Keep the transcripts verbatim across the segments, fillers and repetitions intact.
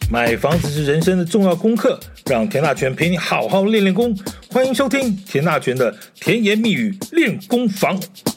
买房子是人生的重要功课，让田大权陪你好好练练功。欢迎收听田大权的甜言蜜语练功房。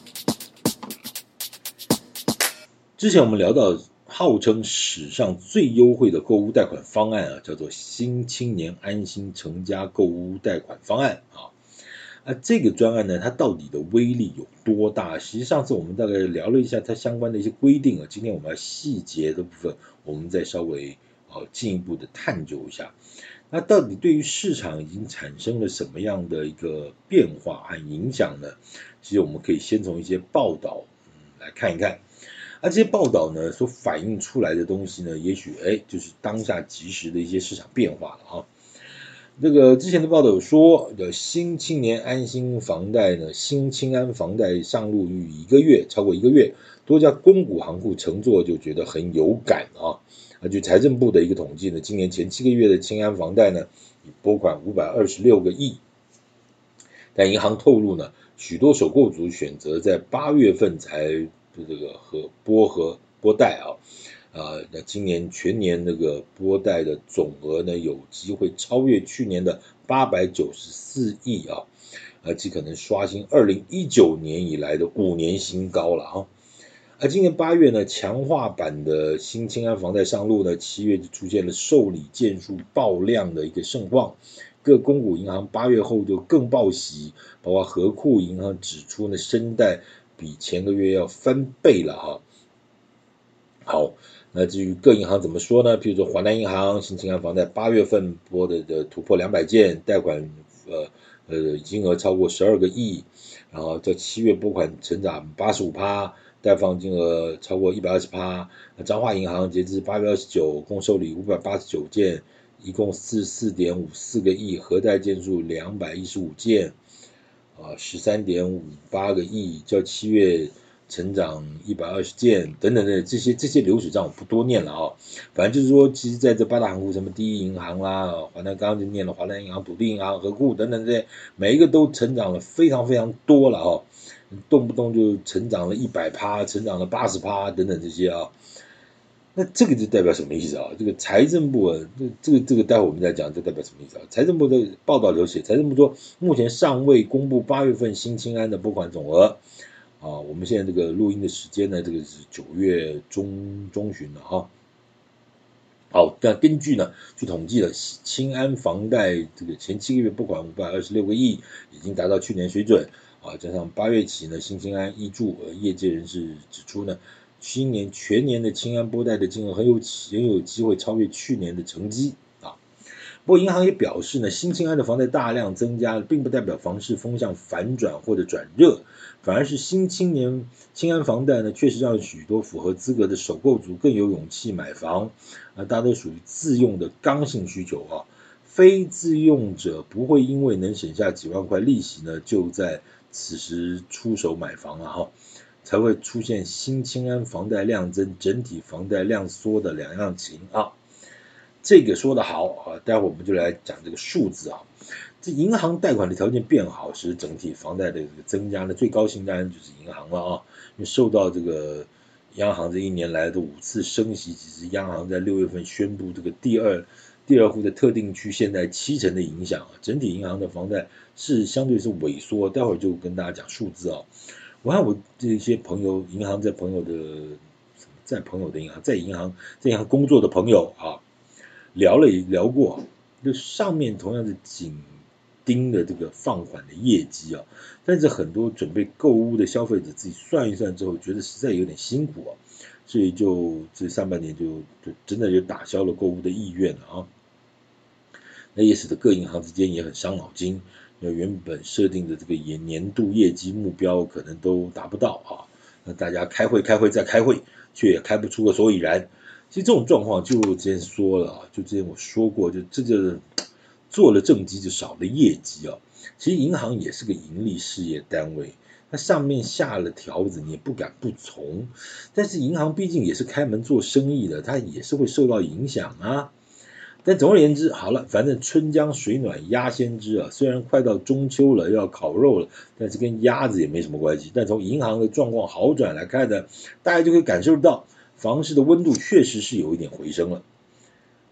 之前我们聊到号称史上最优惠的购屋贷款方案啊，叫做新青年安心成家购屋贷款方案啊。啊，这个专案呢，它到底的威力有多大？实际上次我们大概聊了一下它相关的一些规定啊，今天我们要细节的部分，我们再稍微呃进一步的探究一下。那到底对于市场已经产生了什么样的一个变化和影响呢？其实我们可以先从一些报道嗯来看一看。而这些报道呢所反映出来的东西呢，也许哎就是当下即时的一些市场变化了啊。这个之前的报道有说，的新青年安心房贷呢，新青安房贷上路逾一个月，超过一个月，多家公股行库乘坐就觉得很有感啊。啊，据财政部的一个统计呢，今年前七个月的青安房贷呢，已拨款五百二十六个亿。但银行透露呢，许多首购族选择在八月份才这个和拨和拨贷啊。啊，那今年全年那个拨贷的总额呢，有机会超越去年的八百九十四亿啊，而且可能刷新二零一九年以来的五年新高了啊。而今年八月呢，强化版的新青安房贷上路呢，七月就出现了受理件数爆量的一个盛况，各公股银行八月后就更报喜，包括和库银行指出呢，申贷比前个月要翻倍了哈。好，那至于各银行怎么说呢？譬如说华南银行新青安房贷八月份拨的的突破两百件，贷款呃呃金额超过十二个亿，然后在七月拨款成长 百分之八十五， 贷放金额超过 百分之一百二十。 那彰化银行截至八月二十九共受理五百八十九件，一共 四十四点五四个亿，核贷件数两百一十五件，啊 十三点五八个亿，较七月成长一百二十件等等的这些这些流水账我不多念了啊，反正就是说，其实在这八大行库，什么第一银行啦，华南刚刚就念了华南银行、土地银行、和库等等这些，每一个都成长了非常非常多了啊，动不动就成长了一百趴，成长了八十趴等等这些啊。那这个就代表什么意思啊？这个财政部啊，这这个这个待会我们再讲，这代表什么意思啊？财政部的报道有写，财政部说目前尚未公布八月份新青安的拨款总额。啊，我们现在这个录音的时间呢，这个是九月中中旬了哈。好，那根据呢，去统计了青安房贷这个前七个月拨款五百二十六个亿，已经达到去年水准啊。加上八月起呢，新青安挹注，呃，业界人士指出呢，今年全年的青安拨贷的金额很有很有机会超越去年的成绩。不过银行也表示呢，新青安的房贷大量增加，并不代表房市风向反转或者转热，反而是新青年青安房贷呢，确实让许多符合资格的首购族更有勇气买房，啊，大家都属于自用的刚性需求啊，非自用者不会因为能省下几万块利息呢，就在此时出手买房了哈，才会出现新青安房贷量增，整体房贷量缩的两样情啊。这个说得好啊，待会我们就来讲这个数字啊。这银行贷款的条件变好，使整体房贷的这个增加呢，最高兴当然就是银行了啊。因为受到这个央行这一年来的五次升息，其实央行在六月份宣布这个第二第二户的特定区限贷七成的影响啊，整体银行的房贷是相对是萎缩。待会儿就跟大家讲数字啊。我看我这些朋友，银行在朋友的在朋友的银行，在银行在银行工作的朋友啊。聊了聊过，就上面同样是紧盯的这个放款的业绩啊，但是很多准备购物的消费者自己算一算之后，觉得实在有点辛苦啊，所以就这上半年就就真的就打消了购物的意愿了啊。那也使得各银行之间也很伤脑筋，那原本设定的这个年年度业绩目标可能都达不到啊，那大家开会开会再开会，却也开不出个所以然。其实这种状况就之前说了啊，就之前我说过，就这就做了政绩就少了业绩啊。其实银行也是个盈利事业单位，它上面下了条子，你也不敢不从。但是银行毕竟也是开门做生意的，它也是会受到影响啊。但总而言之，好了，反正春江水暖鸭先知啊。虽然快到中秋了，要烤肉了，但是跟鸭子也没什么关系。但从银行的状况好转来看呢，大家就可以感受到。房市的温度确实是有一点回升了。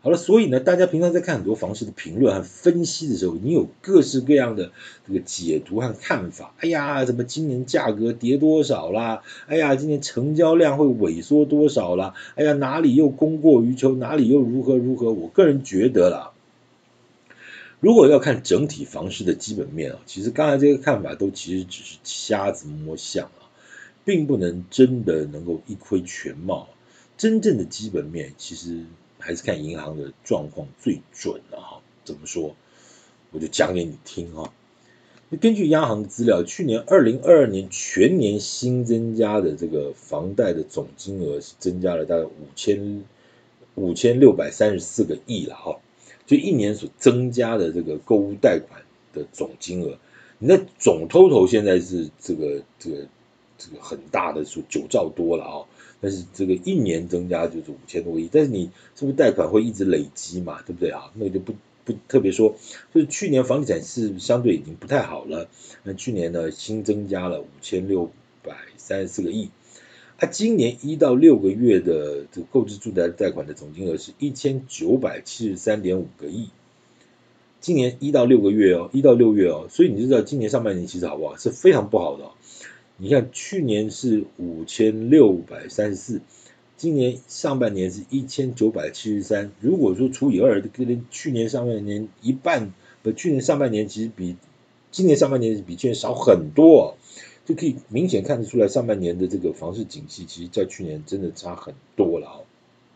好了，所以呢，大家平常在看很多房市的评论和分析的时候，你有各式各样的这个解读和看法。哎呀，怎么今年价格跌多少啦？哎呀，今年成交量会萎缩多少啦？哎呀，哪里又供过于求，哪里又如何如何？我个人觉得啦，如果要看整体房市的基本面啊，其实刚才这个看法都其实只是瞎子摸象啊，并不能真的能够一窥全貌。真正的基本面其实还是看银行的状况最准了哈。怎么说？我就讲给你听哈。根据央行的资料，去年二零二二年全年新增加的这个房贷的总金额是增加了大概五千五千六百三十四个亿了哈。就一年所增加的这个购物贷款的总金额，你的总 total 现在是这个这个这个很大的数九兆多了啊。但是这个一年增加就是五千多亿，但是你是不是贷款会一直累积嘛，对不对啊？那个就不不特别说，就是去年房地产是相对已经不太好了，那去年呢新增加了五千六百三十四个亿，啊，今年一到六个月的这个购置住宅贷款的总金额是一千九百七十三点五个亿，今年一到六个月哦，一到六月哦，所以你就知道今年上半年其实好不好，是非常不好的哦。你看去年是五千六百三十四，今年上半年是一千九百七十三，如果说除以二，跟去年上半年一半，不，去年上半年其实比今年上半年比去年少很多哦，就可以明显看得出来，上半年的这个房市景气，其实在去年真的差很多了哦。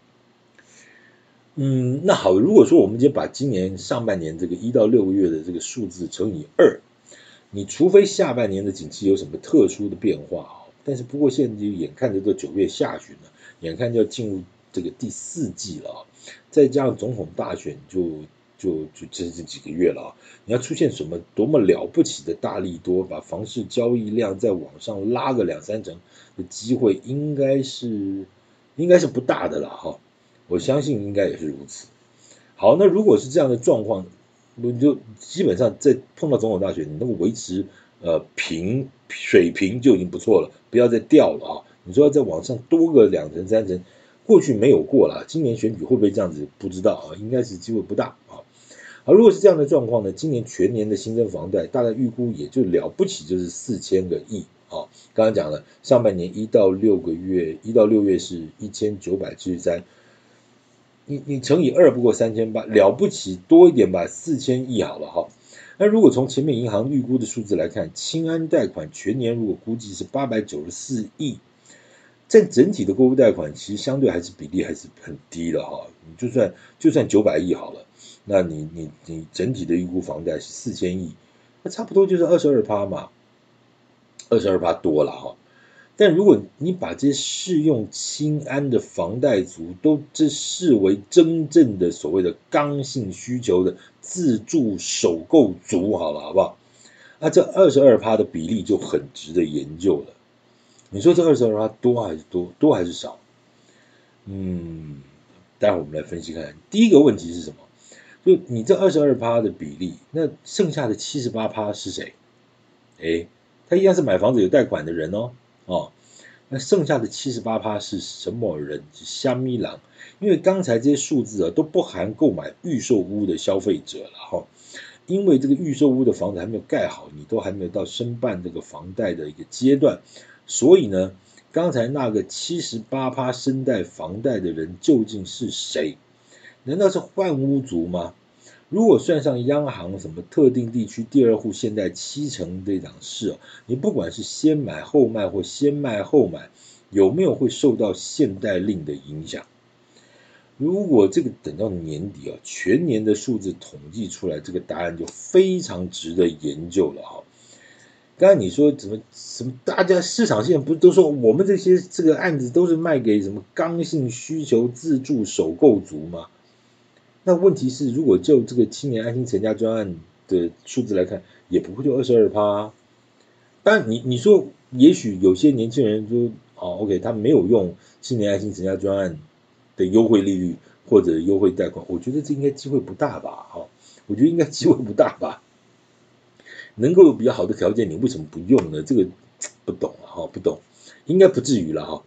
嗯，那好，如果说我们今天把今年上半年这个一到六个月的这个数字乘以二，你除非下半年的景气有什么特殊的变化啊，但是不过现在就眼看着都九月下旬了，眼看就要进入这个第四季了啊，再加上总统大选就就就这这几个月了啊，你要出现什么多么了不起的大利多，把房市交易量再往上拉个两三成的机会，应该是应该是不大的了哈，我相信应该也是如此。好，那如果是这样的状况，你就基本上在碰到总统大选，你能够维持呃平水平就已经不错了，不要再掉了啊！你说要再往上多个两成三成，过去没有过了，今年选举会不会这样子？不知道啊，应该是机会不大啊。好，如果是这样的状况呢，今年全年的新增房贷大概预估也就了不起就是四千个亿啊。刚刚讲了，上半年一到六个月，一到六月是一千九百七十三。你你乘以二不过三千八，了不起多一点吧，四千亿好了哈。那如果从前面银行预估的数字来看，青安贷款全年如果估计是八百九十四亿，占整体的购物贷款其实相对还是比例还是很低的哈。你就算就算九百亿好了，那你你你整体的预估房贷是四千亿，那差不多就是二十二趴嘛，二十二趴多了哈。但如果你把这些适用青安的房贷族都这视为真正的所谓的刚性需求的自住首购族好了，好不好？那这二十二趴的比例就很值得研究了。你说这二十二趴多还是多？多还是少？嗯，待会我们来分析看看。第一个问题是什么？就你这二十二趴的比例，那剩下的七十八趴是谁？哎，他一样是买房子有贷款的人哦，哦。那剩下的七十八趴是什么人？是虾米郎？因为刚才这些数字啊都不含购买预售屋的消费者了哈，因为这个预售屋的房子还没有盖好，你都还没有到申办这个房贷的一个阶段，所以呢，刚才那个七十八趴申贷房贷的人究竟是谁？难道是换屋族吗？如果算上央行什么特定地区第二户限贷七成这档事哦，你不管是先买后卖或先卖后买，有没有会受到限贷令的影响？如果这个等到年底啊，全年的数字统计出来，这个答案就非常值得研究了哈。刚才你说怎么什么，大家市场现在不是都说我们这些这个案子都是卖给什么刚性需求自住首购族吗？那问题是，如果就这个青年安心成家专案的数字来看，也不会就二十二趴。当然你，你说也许有些年轻人说，哦 ，OK， 他没有用青年安心成家专案的优惠利率或者优惠贷款，我觉得这应该机会不大吧，哈，我觉得应该机会不大吧。能够有比较好的条件，你为什么不用呢？这个不懂了哈，不懂，应该不至于了哈。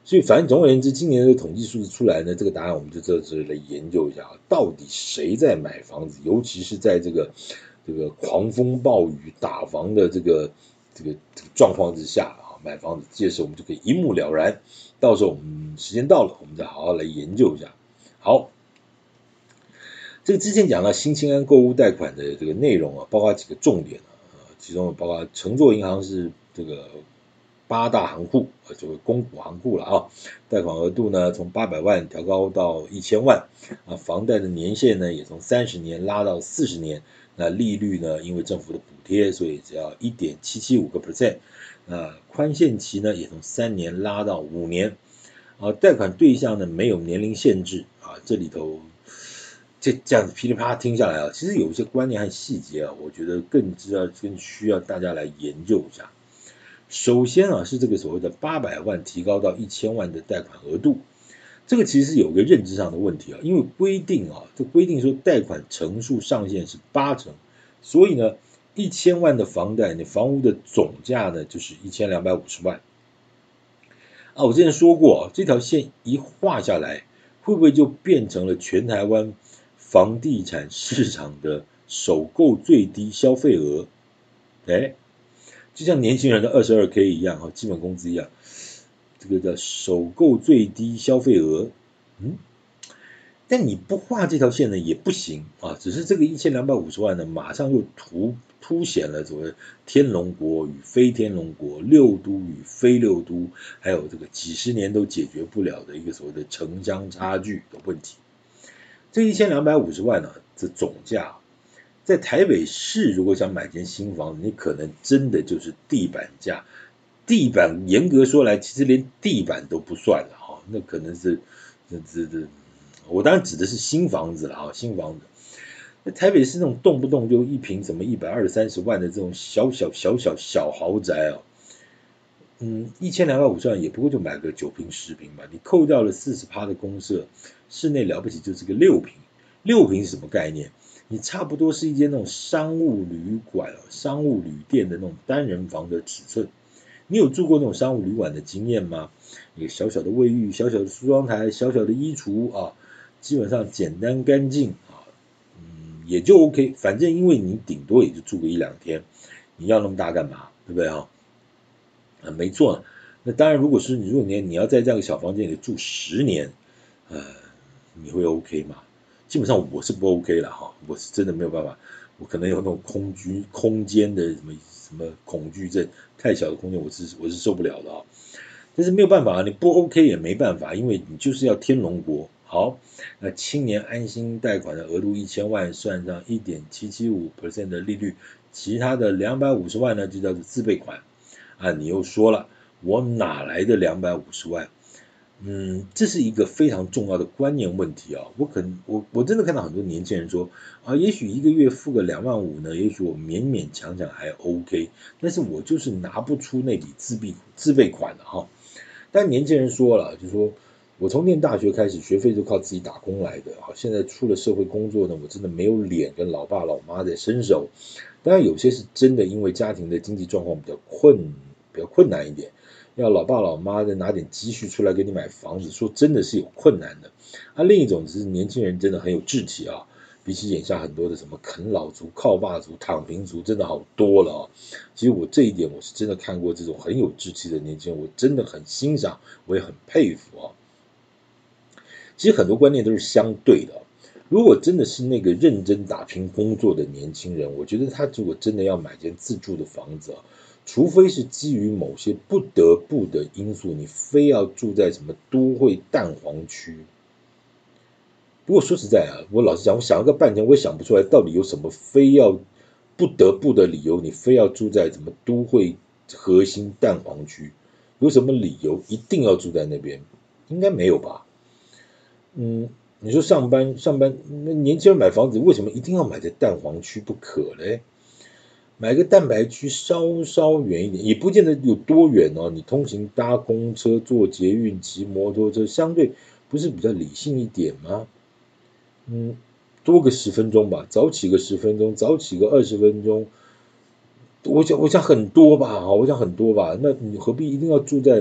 所以反正总而言之，今年的统计数字出来呢，这个答案我们就这这来研究一下啊，到底谁在买房子，尤其是在这个这个狂风暴雨打房的这个这个这个状况之下啊，买房子，届时我们就可以一目了然。到时候我们时间到了，我们再好好来研究一下。好，这个之前讲到新青安购屋贷款的这个内容啊，包括几个重点啊，其中包括承做银行是这个八大行库，这个公股行库了啊，贷款额度呢从八百万调高到一千万啊，房贷的年限呢也从三十年拉到四十年，那利率呢因为政府的补贴，所以只要 一点七七五个 percent， 那宽限期呢也从三年拉到五年啊，贷款对象呢没有年龄限制啊，这里头这这样子噼里啪啦听下来啊，其实有一些观念和细节啊，我觉得更知道更需要大家来研究一下。首先啊，是这个所谓的八百万提高到一千万的贷款额度，这个其实有个认知上的问题啊，因为规定啊，这规定说贷款成数上限是八成，所以呢，一千万的房贷，你房屋的总价呢就是一千两百五十万啊。我之前说过，这条线一画下来，会不会就变成了全台湾房地产市场的首购最低消费额？哎。就像年轻人的 二十二K 一样，基本工资一样，这个叫首购最低消费额，嗯，但你不画这条线呢也不行啊，只是这个一千两百五十万呢，马上又凸凸显了所谓天龙国与非天龙国、六都与非六都，还有这个几十年都解决不了的一个所谓的城乡差距的问题。这一千两百五十万呢，这总价。在台北市，如果想买间新房子，你可能真的就是地板价。地板严格说来，其实连地板都不算了哈，那可能是这这这，我当然指的是新房子了哈，新房子。那台北市那种动不动就一平什么一百二三十万的这种小小小小小豪宅哦，嗯，一千两百五十万也不过就买个九平十平吧，你扣掉了四十趴的公设，室内了不起就是个六平，六平是什么概念？你差不多是一间那种商务旅馆、商务旅店的那种单人房的尺寸。你有住过那种商务旅馆的经验吗？一个小小的卫浴、小小的梳妆台、小小的衣橱啊，基本上简单干净啊，嗯，也就 OK。反正因为你顶多也就住个一两天，你要那么大干嘛？对不对啊？啊，没错。那当然，如果是你如果你你要在这样一个小房间里住十年，呃，你会 OK 吗？基本上我是不 OK 了哈，我是真的没有办法，我可能有那种空居空间的什么什么恐惧症，太小的空间我是我是受不了的啊。但是没有办法啊，你不 OK 也没办法，因为你就是要天龙国。好，那青年安心贷款的额度一千万，算上 一点七七五 percent 的利率，其他的两百五十万呢就叫做自备款啊。你又说了，我哪来的两百五十万？嗯，这是一个非常重要的观念问题啊！我可能我我真的看到很多年轻人说啊，也许一个月付个两万五呢，也许我勉勉强强还 OK， 但是我就是拿不出那笔自备自备款了哈。但年轻人说了，就说我从念大学开始，学费都靠自己打工来的啊，现在出了社会工作呢，我真的没有脸跟老爸老妈在伸手。当然有些是真的，因为家庭的经济状况比较困比较困难一点。要老爸老妈再拿点积蓄出来给你买房子，说真的是有困难的。啊，另一种是年轻人真的很有志气啊，比起眼下很多的什么啃老族、靠爸族、躺平族，真的好多了啊。其实我这一点我是真的看过这种很有志气的年轻人，我真的很欣赏，我也很佩服啊。其实很多观念都是相对的。如果真的是那个认真打拼工作的年轻人，我觉得他如果真的要买间自住的房子啊，除非是基于某些不得不的因素，你非要住在什么都会蛋黄区。不过说实在啊，我老实讲，我想了个半天，我也想不出来到底有什么非要不得不的理由，你非要住在什么都会核心蛋黄区，有什么理由一定要住在那边？应该没有吧？嗯，你说上班上班，那年轻人买房子为什么一定要买在蛋黄区不可嘞？买个蛋白区稍稍远一点，也不见得有多远哦。你通勤搭公车、坐捷运、骑摩托车，相对不是比较理性一点吗？嗯，多个十分钟吧，早起个十分钟，早起个二十分钟，我想我想很多吧，我想很多吧。那你何必一定要住在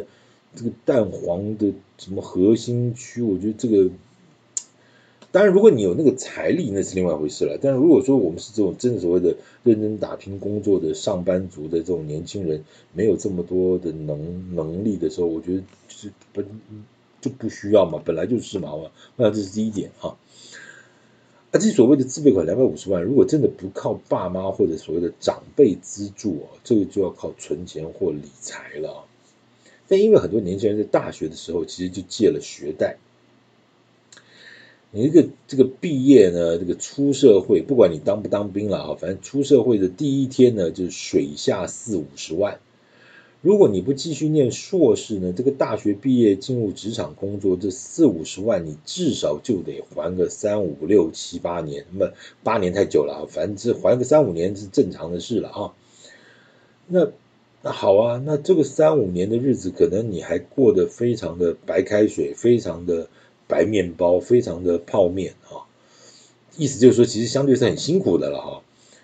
这个蛋黄的什么核心区，我觉得这个。当然，如果你有那个财力，那是另外一回事了。但是如果说我们是这种真的所谓的认真打拼工作的上班族的这种年轻人，没有这么多的能能力的时候，我觉得就是本就不需要嘛，本来就是嘛，那这是第一点啊。而这所谓的自备款两百五十万，如果真的不靠爸妈或者所谓的长辈资助啊，这个就要靠存钱或理财了啊。但因为很多年轻人在大学的时候，其实就借了学贷。你这个这个毕业呢，这个出社会，不管你当不当兵了哈，反正出社会的第一天呢，就是水下四五十万。如果你不继续念硕士呢，这个大学毕业进入职场工作，这四五十万你至少就得还个三五六七八年，那么八年太久了，反正这还个三五年是正常的事了啊。那那好啊，那这个三五年的日子，可能你还过得非常的白开水，非常的白面包，非常的泡面啊。意思就是说，其实相对是很辛苦的了哈。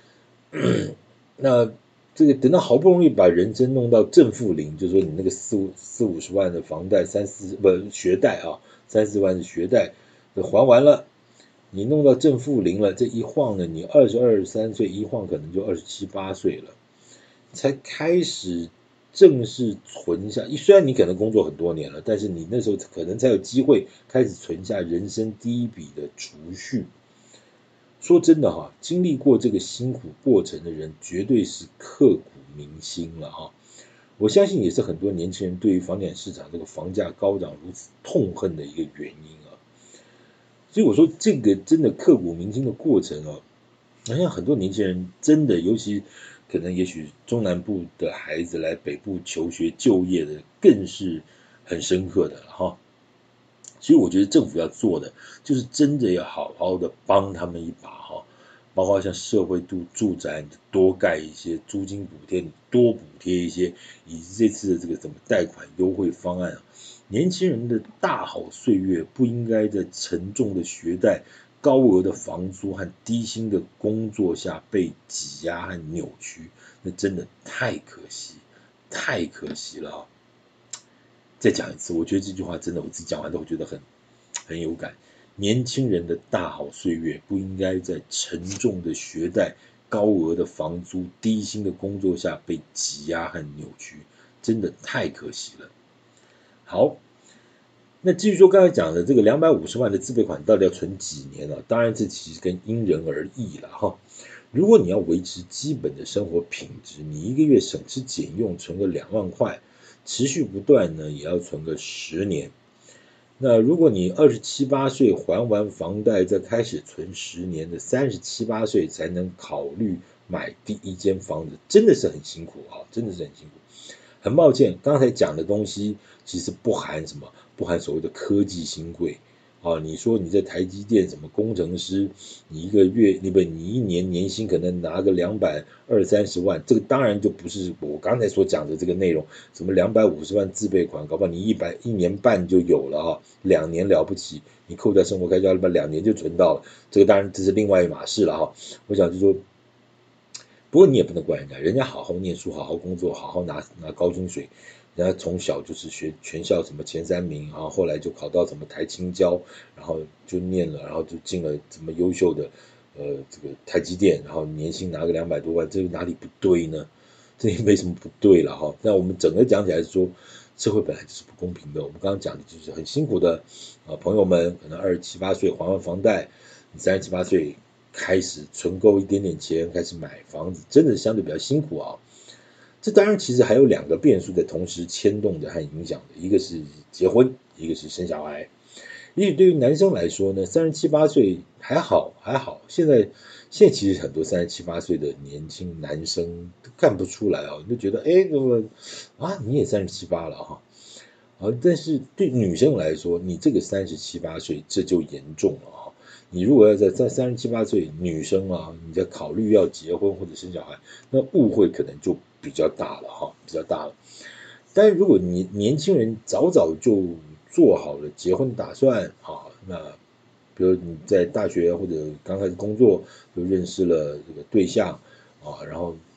那这个等到好不容易把人生弄到正负零，就是说你那个四五四五十万的房贷，三四不学贷啊，三四万的学贷还完了，你弄到正负零了，这一晃呢，你二十二三岁，一晃可能就二十七八岁了，才开始正式存下。虽然你可能工作很多年了，但是你那时候可能才有机会开始存下人生第一笔的储蓄。说真的哈，经历过这个辛苦过程的人，绝对是刻骨铭心了哈。我相信也是很多年轻人对于房地产市场这个房价高涨如此痛恨的一个原因啊。所以我说这个真的刻骨铭心的过程啊，好像很多年轻人真的，尤其可能也许中南部的孩子来北部求学就业的，更是很深刻的哈。所以我觉得政府要做的，就是真的要好好的帮他们一把哈，包括像社会度住宅多盖一些，租金补贴多补贴一些，以及这次的这个什么贷款优惠方案啊，年轻人的大好岁月不应该在沉重的学贷、高额的房租和低薪的工作下被挤压和扭曲，那真的太可惜，太可惜了啊！再讲一次，我觉得这句话真的，我自己讲完都觉得很很有感。年轻人的大好岁月不应该在沉重的学贷、高额的房租、低薪的工作下被挤压和扭曲，真的太可惜了。好，那至于说刚才讲的这个两百五十万的自备款到底要存几年呢？当然这其实跟因人而异了哈。如果你要维持基本的生活品质，你一个月省吃俭用存个两万块，持续不断呢，也要存个十年。那如果你二十七八岁还完房贷，再开始存十年的，三十七八岁才能考虑买第一间房子，真的是很辛苦啊，真的是很辛苦。很抱歉，刚才讲的东西其实不含什么，不含所谓的科技新贵。啊，你说你在台积电什么工程师，你一个月你不你一年年薪可能拿个两百二三十万，这个当然就不是我刚才所讲的这个内容，什么两百五十万自备款，搞不好你一百一年半就有了啊，两年了不起，你扣掉生活开销，把两年就存到了，这个当然这是另外一码事了哈。我想就说，不过你也不能怪人家，人家好好念书，好好工作，好好拿拿高薪水。人家从小就是学全校什么前三名，然后后来就考到什么台青交，然后就念了，然后就进了这么优秀的呃这个台积电，然后年薪拿个两百多万，这哪里不对呢？这也没什么不对了哈。那我们整个讲起来是说，社会本来就是不公平的。我们刚刚讲的就是很辛苦的啊朋友们，可能二十七八岁还完房贷，你三十七八岁开始存够一点点钱，开始买房子，真的相对比较辛苦啊。这当然其实还有两个变数在同时牵动着和影响的，一个是结婚，一个是生小孩。也许对于男生来说呢，三十七八岁还好还好，现在现在其实很多三十七八岁的年轻男生都看不出来啊，你就觉得哎，那么啊你也三十七八了哈，啊，但是对女生来说，你这个三十七八岁这就严重了哈。你如果要在在三十七八岁女生啊，你在考虑要结婚或者生小孩，那误会可能就比较大了哈，比较大了。但是如果你年轻人早早就做好了结婚打算啊，那比如你在大学或者刚开始工作就认识了这个对象啊，然后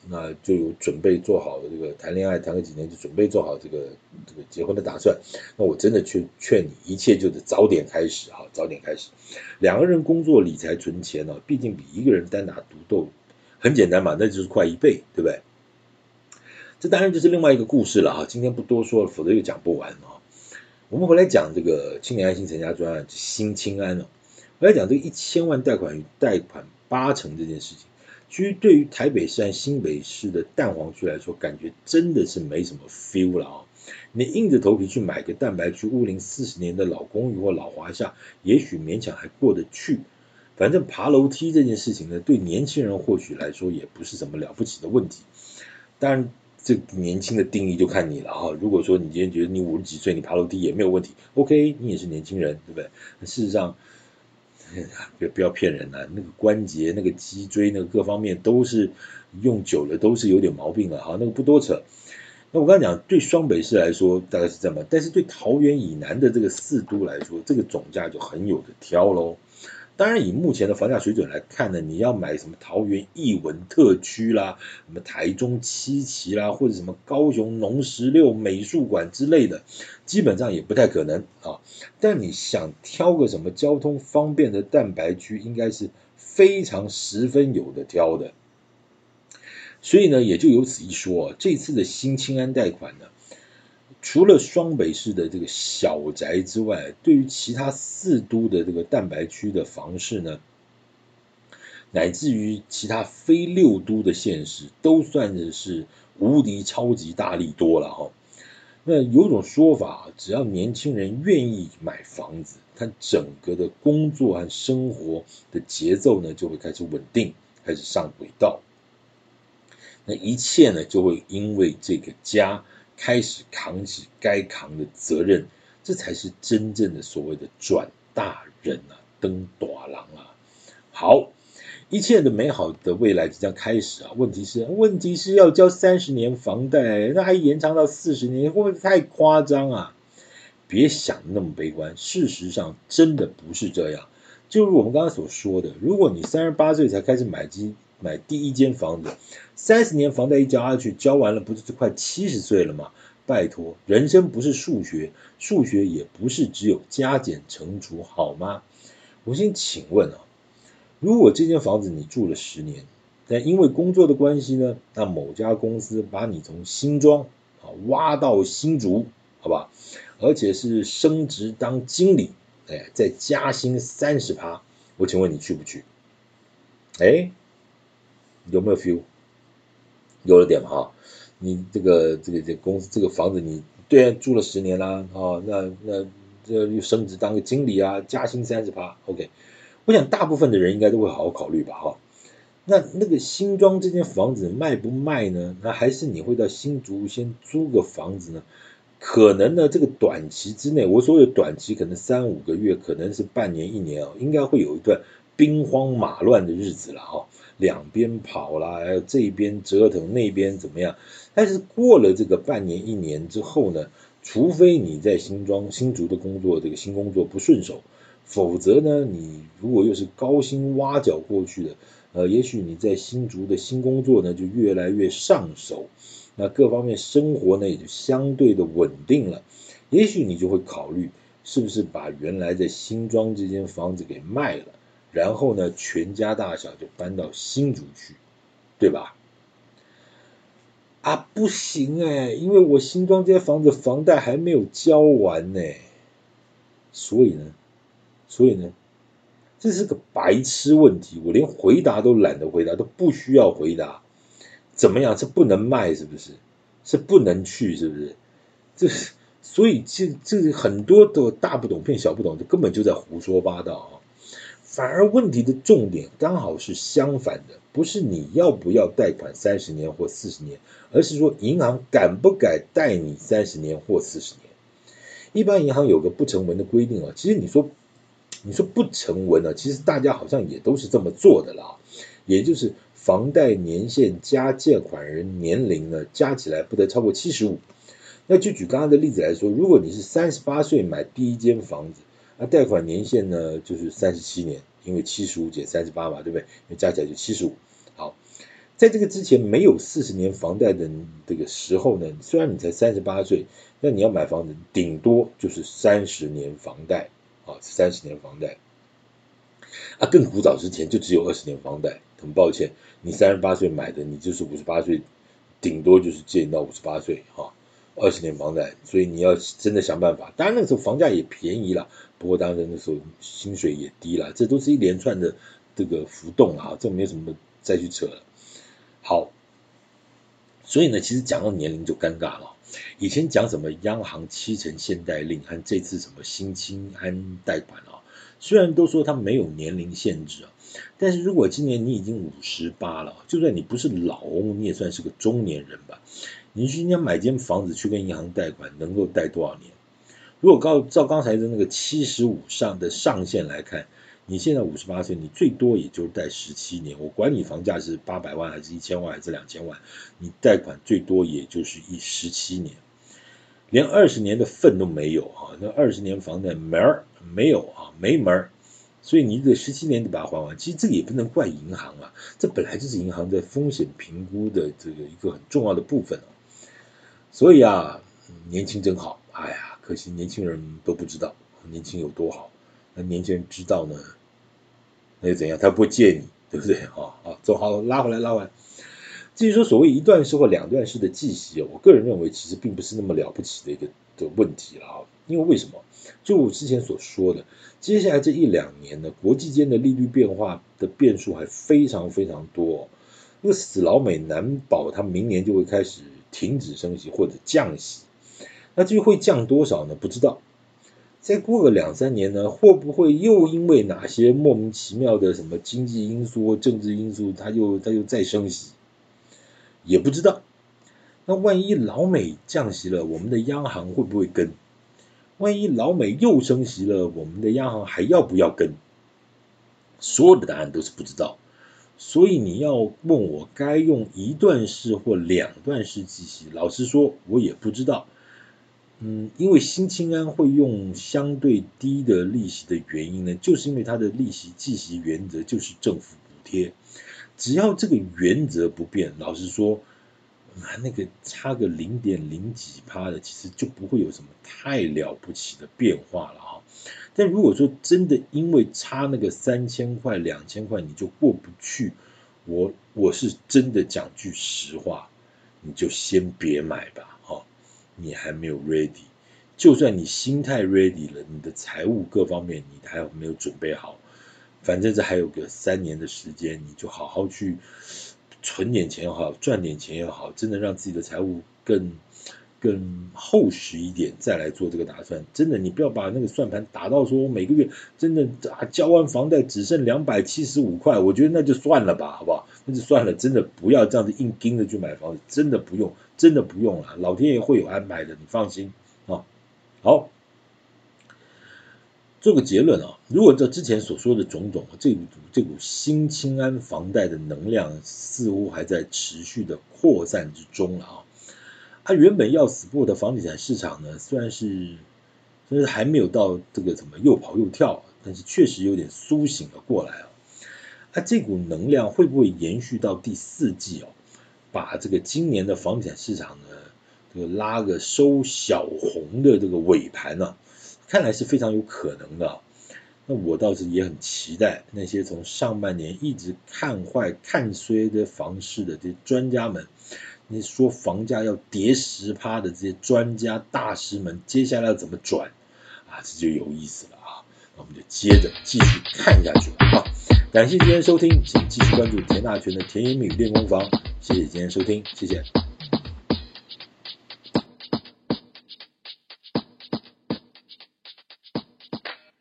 那就有准备做好这个谈恋爱谈个几年就准备做好这个这个结婚的打算。那我真的劝劝你，一切就得早点开始哈，早点开始。两个人工作理财存钱呢，毕竟比一个人单打独斗很简单嘛，那就是快一倍，对不对？这当然就是另外一个故事了哈，今天不多说了，否则又讲不完啊。我们回来讲这个青年安心成家专案新青安哦，回来讲这个一千万贷款与贷款八成这件事情。其实对于台北市和新北市的蛋黄区来说，感觉真的是没什么 feel 了啊。你硬着头皮去买个蛋白区屋龄四十年的老公寓或老华夏，也许勉强还过得去。反正爬楼梯这件事情呢，对年轻人或许来说也不是什么了不起的问题。当然，这年轻的定义就看你了哈。如果说你今天觉得你五十几岁，你爬楼梯也没有问题 ，OK， 你也是年轻人，对不对？事实上，不不要骗人啊，那个关节、那个脊椎、那个各方面都是用久了都是有点毛病了哈。那个不多扯。那我刚才讲，对双北市来说大概是这么，但是对桃园以南的这个四都来说，这个总价就很有的挑喽。当然，以目前的房价水准来看呢，你要买什么桃园艺文特区啦，什么台中七期啦，或者什么高雄农十六美术馆之类的，基本上也不太可能啊。但你想挑个什么交通方便的蛋白区，应该是非常十分有的挑的。所以呢，也就有此一说，这次的新青安贷款呢，除了双北市的这个小宅之外，对于其他四都的这个蛋白区的房市呢，乃至于其他非六都的县市，都算的是无敌超级大力多了哈。那有种说法，只要年轻人愿意买房子，他整个的工作和生活的节奏呢，就会开始稳定，开始上轨道。那一切呢，就会因为这个家开始扛起该扛的责任，这才是真正的所谓的转大人啊，登大郎啊。好，一切的美好的未来即将开始啊！问题是，问题是要交三十年房贷，那还延长到四十年，会不会太夸张啊？别想那么悲观，事实上真的不是这样。就如我们刚刚所说的，如果你三十八岁才开始买机买第一间房子，三十年房贷一交下去，交完了不是快七十岁了吗？拜托，人生不是数学，数学也不是只有加减乘除，好吗？我先请问啊，如果这间房子你住了十年，但因为工作的关系呢，那某家公司把你从新庄啊挖到新竹，好吧，而且是升职当经理，哎，再加薪三十趴，我请问你去不去？哎，有没有 feel？ 有了点嘛哈，你这个这个这个公司这个房子你对啊住了十年啦，哦，那那这又升职当个经理啊，加薪三十趴 ，OK， 我想大部分的人应该都会好好考虑吧哈。那那个新庄这间房子卖不卖呢？那还是你会到新竹先租个房子呢？可能呢，这个短期之内，我所谓的短期可能三五个月，可能是半年一年哦，应该会有一段兵荒马乱的日子了哈，两边跑啦，还有这边折腾那边怎么样？但是过了这个半年一年之后呢，除非你在新庄新竹的工作这个新工作不顺手，否则呢，你如果又是高薪挖角过去的，呃，也许你在新竹的新工作呢就越来越上手。那各方面生活呢也就相对的稳定了，也许你就会考虑是不是把原来在新庄这间房子给卖了，然后呢全家大小就搬到新竹去，对吧？啊，不行哎，因为我新庄这间房子房贷还没有交完呢，所以呢，所以呢，这是个白痴问题，我连回答都懒得回答，都不需要回答。怎么样？是不能卖是不是？是不能去是不是？这所以这这很多的大不懂骗小不懂，就根本就在胡说八道啊！反而问题的重点刚好是相反的，不是你要不要贷款三十年或四十年，而是说银行敢不敢贷你三十年或四十年。一般银行有个不成文的规定啊，其实你说你说不成文啊，其实大家好像也都是这么做的啦，也就是房贷年限加借款人年龄呢，加起来不得超过七十五。那就举刚刚的例子来说，如果你是三十八岁买第一间房子，那贷款年限呢就是三十七年，因为七十五减三十八嘛，对不对？因为加起来就七十五。好， 在这个之前没有四十年房贷的这个时候呢，虽然你才三十八岁，但你要买房子顶多就是三十年房贷啊，三十年房贷啊，更古早之前就只有二十年房贷。很抱歉，你三十八岁买的，你就是五十八岁，顶多就是借到五十八岁哈，二十年房贷，所以你要真的想办法。当然那个时候房价也便宜了，不过当然那时候薪水也低了，这都是一连串的这个浮动啊，这没什么再去扯了。好，所以呢，其实讲到年龄就尴尬了。以前讲什么央行七成限贷令和这次什么新青安贷款啊，虽然都说它没有年龄限制啊，但是如果今年你已经五十八了，就算你不是老翁，你也算是个中年人吧。你去人家买间房子去跟银行贷款，能够贷多少年？如果照照刚才的那个七十五上的上限来看，你现在五十八岁，你最多也就贷十七年。我管你房价是八百万还是一千万还是两千万，你贷款最多也就是一十七年，连二十年的份都没有啊！那二十年房贷门儿没有啊，没门儿。所以你这十七年得把它还完。其实这个也不能怪银行啊，这本来就是银行在风险评估的这个一个很重要的部分啊。所以啊，年轻真好，哎呀，可惜年轻人都不知道年轻有多好。那年轻人知道呢？那又怎样？他不会借你，对不对？啊啊，走好，拉回来，拉回来。至于说所谓一段式或两段式的计息，我个人认为其实并不是那么了不起的一个的问题了啊。因为为什么？就我之前所说的，接下来这一两年呢，国际间的利率变化的变数还非常非常多。那个死老美难保他明年就会开始停止升息或者降息，那至于会降多少呢？不知道。再过个两三年呢，会不会又因为哪些莫名其妙的什么经济因素或政治因素，它又它又再升息，也不知道。那万一老美降息了，我们的央行会不会跟？万一老美又升息了，我们的央行还要不要跟？所有的答案都是不知道。所以你要问我该用一段式或两段式计息，老实说，我也不知道。嗯，因为新青安会用相对低的利息的原因呢，就是因为它的利息计息原则就是政府补贴，只要这个原则不变，老实说，那个差个零点零几趴的，其实就不会有什么太了不起的变化了哈。但如果说真的因为差那个三千块、两千块你就过不去，我我是真的讲句实话，你就先别买吧。你还没有 ready， 就算你心态 ready 了，你的财务各方面你还没有准备好，反正这还有个三年的时间，你就好好去存点钱也好，赚点钱也好，真的让自己的财务更更厚实一点，再来做这个打算。真的，你不要把那个算盘打到说我每个月真的啊交完房贷只剩两百七十五块，我觉得那就算了吧，好不好？那就算了，真的不要这样子硬盯着去买房子，真的不用。真的不用了，老天爷会有安排的，你放心啊。好，做个结论啊，如果照之前所说的种种，这股这股新青安房贷的能量似乎还在持续的扩散之中了啊。啊，原本要死不活的房地产市场呢，虽然是虽然还没有到这个什么又跑又跳，但是确实有点苏醒了过来啊。啊，这股能量会不会延续到第四季哦？把这个今年的房地产市场呢，这个拉个收小红的这个尾盘呢、啊，看来是非常有可能的、啊。那我倒是也很期待那些从上半年一直看坏、看衰的房市的这些专家们，那说房价要跌十趴的这些专家大师们，接下来要怎么转啊？这就有意思了啊！那我们就接着继续看下去了啊！感谢今天收听，请继续关注田大全的甜言蜜语练功房。谢谢今天收听，谢谢。